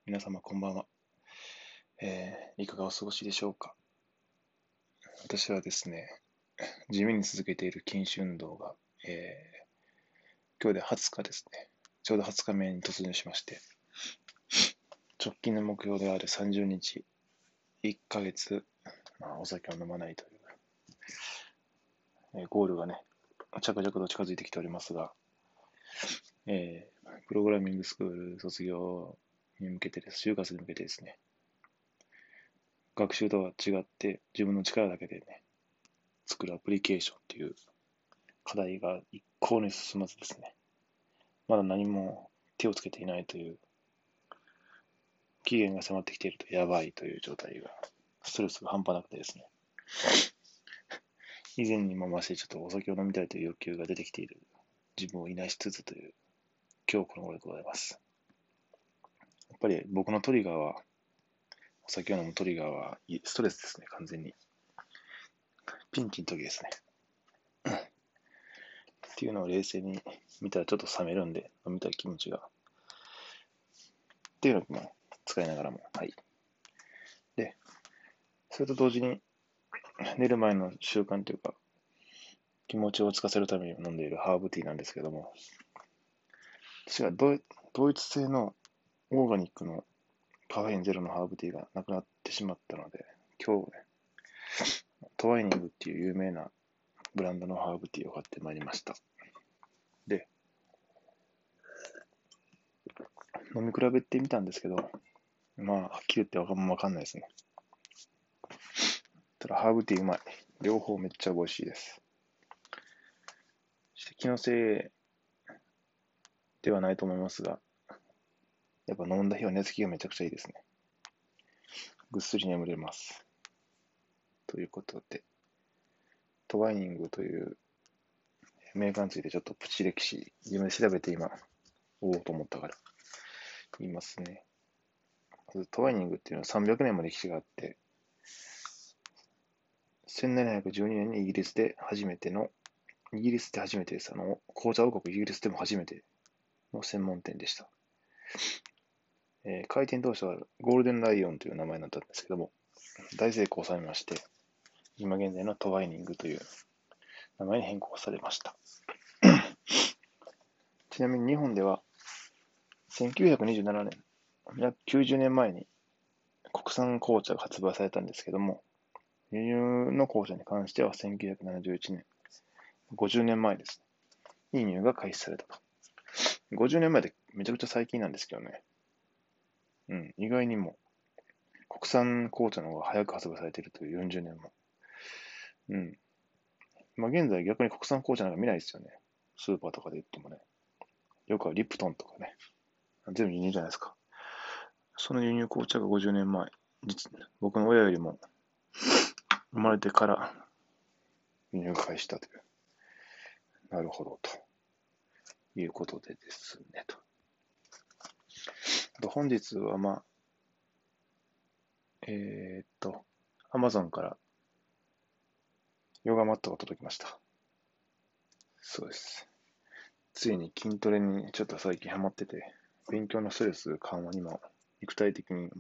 皆様こんばんは。いかがお過ごしでしょうか。私はですね、地味に続けている禁酒運動が、今日で20日ですね。ちょうど20日目に突入しまして、直近の目標である30日、1ヶ月、お酒を飲まないという、ゴールがね、着々と近づいてきておりますが、プログラミングスクール卒業に向けてです、就活に向けてですね、学習とは違って自分の力だけでね、作るアプリケーションっていう課題が一向に進まずですね、まだ何も手をつけていないという、期限が迫ってきているとやばいという状態が、ストレスが半端なくてですね、以前にも増してちょっとお酒を飲みたいという欲求が出てきている自分をいなしつつという、今日この頃でございます。やっぱり僕のトリガーは、お酒を飲むトリガーはストレスですね、完全に。ピンチの時ですね。っていうのを冷静に見たらちょっと冷めるんで、飲みたい気持ちが。っていうのも使いながらも、はい。で、それと同時に、寝る前の習慣というか、気持ちをつかせるために飲んでいるハーブティーなんですけども、私がドイツ製のオーガニックのカフェインゼロのハーブティーがなくなってしまったので、今日ね、トワイニングっていう有名なブランドのハーブティーを買ってまいりました。で、飲み比べてみたんですけど、はっきり言ってわかんないですね。ただ、ハーブティーうまい。両方めっちゃ美味しいです。気のせいではないと思いますが、やっぱ飲んだ日は寝つきがめちゃくちゃいいですね。ぐっすり眠れます。ということで、トワイニングというメーカーについてちょっとプチ歴史、自分で調べて今、おおと思ったから言いますね。まずトワイニングっていうのは300年も歴史があって、1712年にイギリスで初めてです。紅茶王国イギリスでも初めての専門店でした。開店当初はゴールデンライオンという名前だったんですけども、大成功されまして、今現在のトワイニングという名前に変更されました。ちなみに日本では1927年、約90年前に国産紅茶が発売されたんですけども、輸入の紅茶に関しては1971年、50年前ですね。輸入が開始されたと。50年前でめちゃくちゃ最近なんですけどね。意外にも国産紅茶の方が早く発売されているという40年も。現在逆に国産紅茶なんか見ないですよね。スーパーとかで言ってもね。よくはリプトンとかね。全部輸入じゃないですか。その輸入紅茶が50年前。僕の親よりも生まれてから輸入開始したという。なるほど、ということでですね、と。あと本日はアマゾンからヨガマットが届きました。そうです。ついに筋トレにちょっと最近ハマってて、勉強のストレス緩和にも、肉体的にも。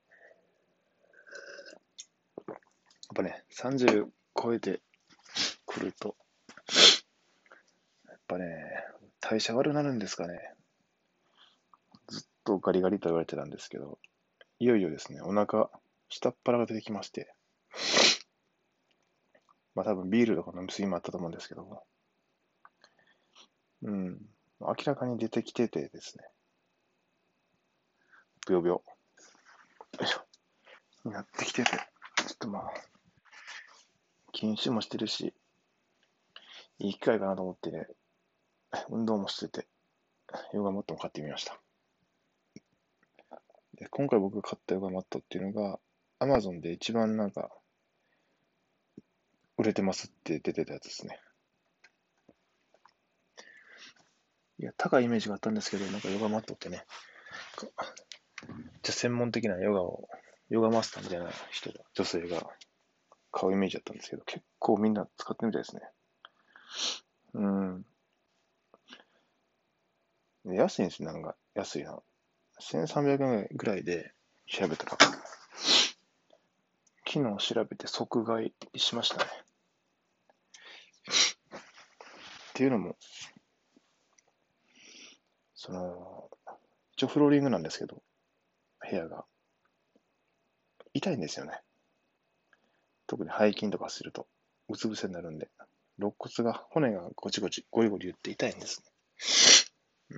やっぱね、30超えてくると、やっぱね、代謝悪くなるんですかね。ずっとガリガリと言われてたんですけど、いよいよですね、お腹、下っ腹が出てきまして、多分ビールとか飲みすぎもあったと思うんですけども、明らかに出てきててですね、ブヨブヨ、よいしょ、になってきてて、ちょっと禁酒もしてるし、いい機会かなと思ってね、運動もしてて、ヨガマットも買ってみました。で、今回僕が買ったヨガマットっていうのが、Amazon で一番売れてますって出てたやつですね。いや、高いイメージがあったんですけど、ヨガマットってね、専門的なヨガマスターみたいな女性が買うイメージだったんですけど、結構みんな使ってみたいですね。安いんですよ、安いな。 1300円ぐらいで調べたら、昨日調べて即買いしましたね。っていうのも、一応フローリングなんですけど、部屋が痛いんですよね。特に背筋とかすると、うつ伏せになるんで、肋骨が、骨がゴチゴチ、ゴリゴリ言って痛いんですね。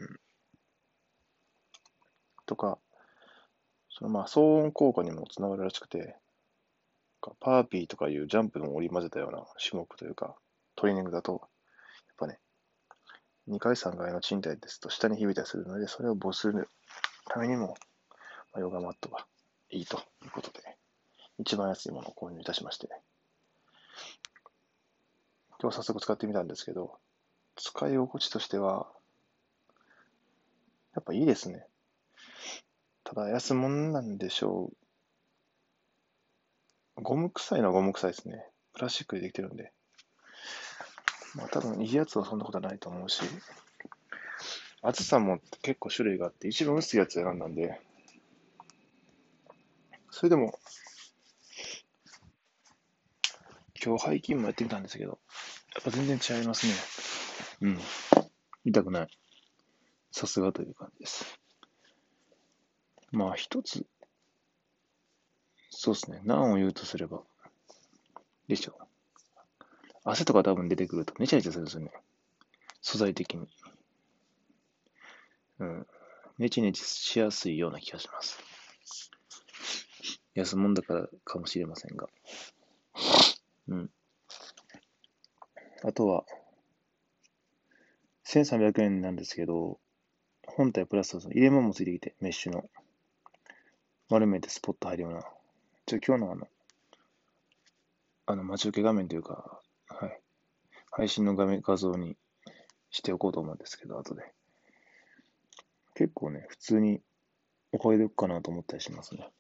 とか、騒音効果にもつながるらしくて、パーピーとかいうジャンプの織り交ぜたような種目というか、トレーニングだと、やっぱね、2階3階の賃貸ですと下に響いたりするので、それを防するためにも、ヨガマットがいいということで、一番安いものを購入いたしまして、今日早速使ってみたんですけど、使い心地としては、やっぱいいですね。ただ安物なんでしょう。ゴム臭いのはゴム臭いですね。プラスチックでできてるんで。多分いいやつはそんなことはないと思うし、厚さも結構種類があって、一番薄いやつ選んだんで、それでも、今日背筋もやってみたんですけど、やっぱ全然違いますね。うん。痛くない。さすがという感じです。一つ、そうですね。難を言うとすれば、でしょう。汗とか多分出てくるとネチャネチャするんですよね。素材的に。うん。ネチネチしやすいような気がします。安物だからかもしれませんが。うん。あとは、1300円なんですけど、本体プラス入れ物もついてきて、メッシュの。丸めてスポット入るような。今日の待ち受け画面というか、はい。配信の画像にしておこうと思うんですけど、後で。結構ね、普通にお買い得かなと思ったりしますね。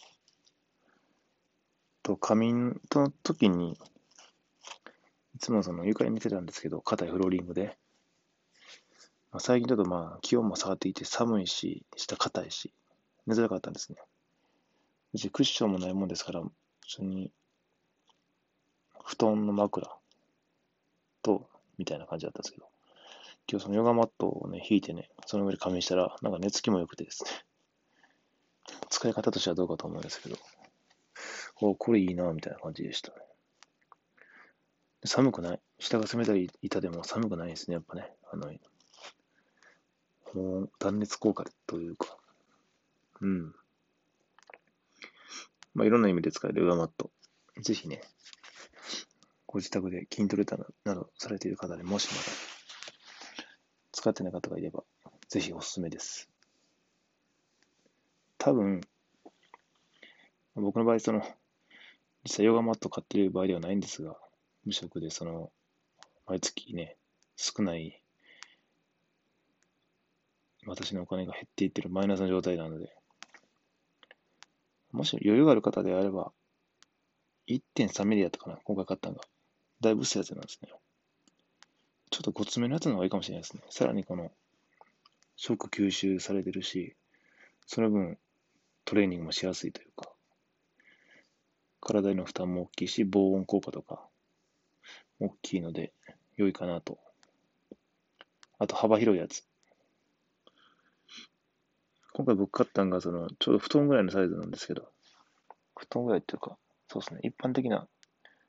仮眠の時に、いつも床に寝てたんですけど、硬いフローリングで。最近ちょっと気温も下がっていて寒いし、下硬いし、寝づらかったんですね。うちクッションもないもんですから、普通に布団の枕と、みたいな感じだったんですけど、今日そのヨガマットをね、引いてね、その上で仮眠したら、なんか寝つきも良くてですね、使い方としてはどうかと思うんですけど、これいいな、みたいな感じでしたね。寒くない。下が冷たい板でも寒くないですね、やっぱね。断熱効果というか、うん。いろんな意味で使えるヨガマット。ぜひね、ご自宅で筋トレなどされている方でもしまだ使ってない方がいれば、ぜひおすすめです。多分、僕の場合、実際ヨガマット買っている場合ではないんですが、無職で毎月ね、少ない私のお金が減っていってるマイナスの状態なので、もし余裕がある方であれば、1.3ミリだったかな、今回買ったのが。だいぶ薄いやつなんですね。ちょっとごつめのやつの方がいいかもしれないですね。さらに食吸収されてるし、その分トレーニングもしやすいというか、体への負担も大きいし、防音効果とか大きいので良いかなと。あと幅広いやつ。今回僕買ったのがちょうど布団ぐらいのサイズなんですけど、布団ぐらいっていうか、そうですね、一般的な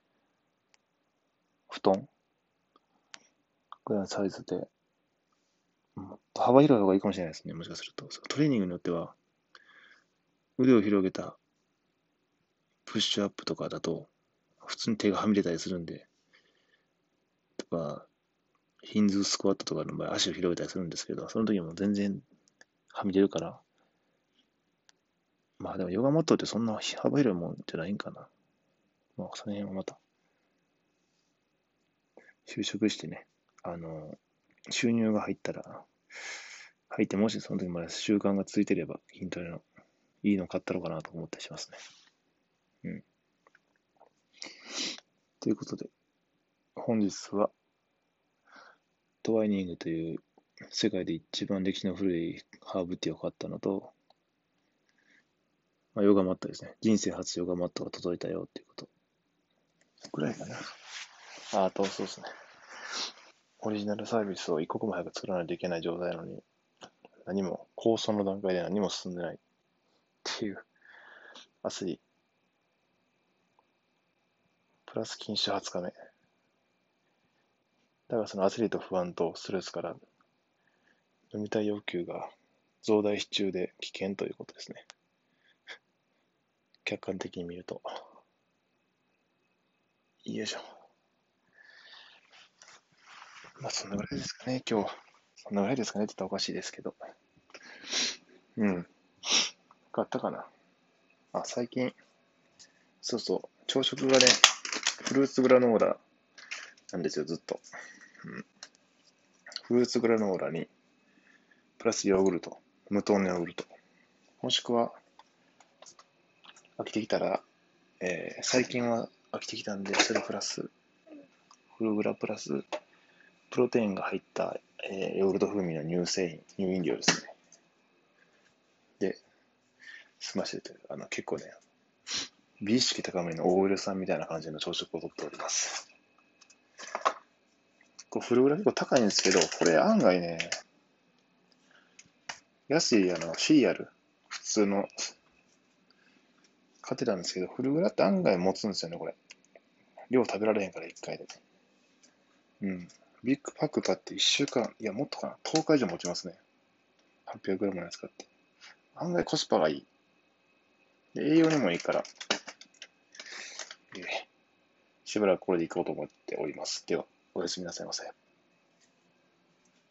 布団ぐらいのサイズで、もっと幅広い方がいいかもしれないですね、もしかすると。トレーニングによっては、腕を広げたプッシュアップとかだと、普通に手がはみ出たりするんで、とか、ヒンズースクワットとかの場合、足を広げたりするんですけど、その時も全然はみ出るから、でもヨガマットってそんな幅広いもんじゃないんかな。その辺はまた、就職してね、収入が入ったら、入ってもしその時まで習慣がついてれば、筋トレのいいの買ったのかなと思ったりしますね。うん。ということで、本日はトワイニングという世界で一番歴史の古いハーブティーを買ったのと、ヨガマットですね。人生初ヨガマットが届いたよっていうこと。ぐらいかな。あと、そうですね。オリジナルサービスを一刻も早く作らないといけない状態なのに、何も、構想の段階で何も進んでないっていう焦り。プラス禁酒20日目。だからその焦りと不安とストレスから飲みたい欲求が増大し中で危険ということですね。客観的に見ると。よいしょ。そんなぐらいですかね、今日。そんなぐらいですかねって言ったらおかしいですけど。うん。買ったかな。最近、そうそう、朝食がね、フルーツグラノーラなんですよ、ずっと。うん、フルーツグラノーラに、プラスヨーグルト、無糖のヨーグルト。もしくは、飽きてきたら、最近は飽きてきたんで、それプラス、フルグラプラス、プロテインが入った、ヨーグルト風味の乳製品、乳飲料ですね。で、済ましてという、結構ね、美意識高めのオイルさんみたいな感じの朝食をとっております。フルグラ結構高いんですけど、これ案外ね、安いシリアル、普通の買ってたんですけど、フルグラって案外持つんですよね、これ。量食べられへんから1回で。うん。ビッグパック買って1週間、いや、もっとかな、10日以上持ちますね。800g のやつ買って。案外コスパがいい。で栄養にもいいから、しばらくこれでいこうと思っております。では、おやすみなさいませ。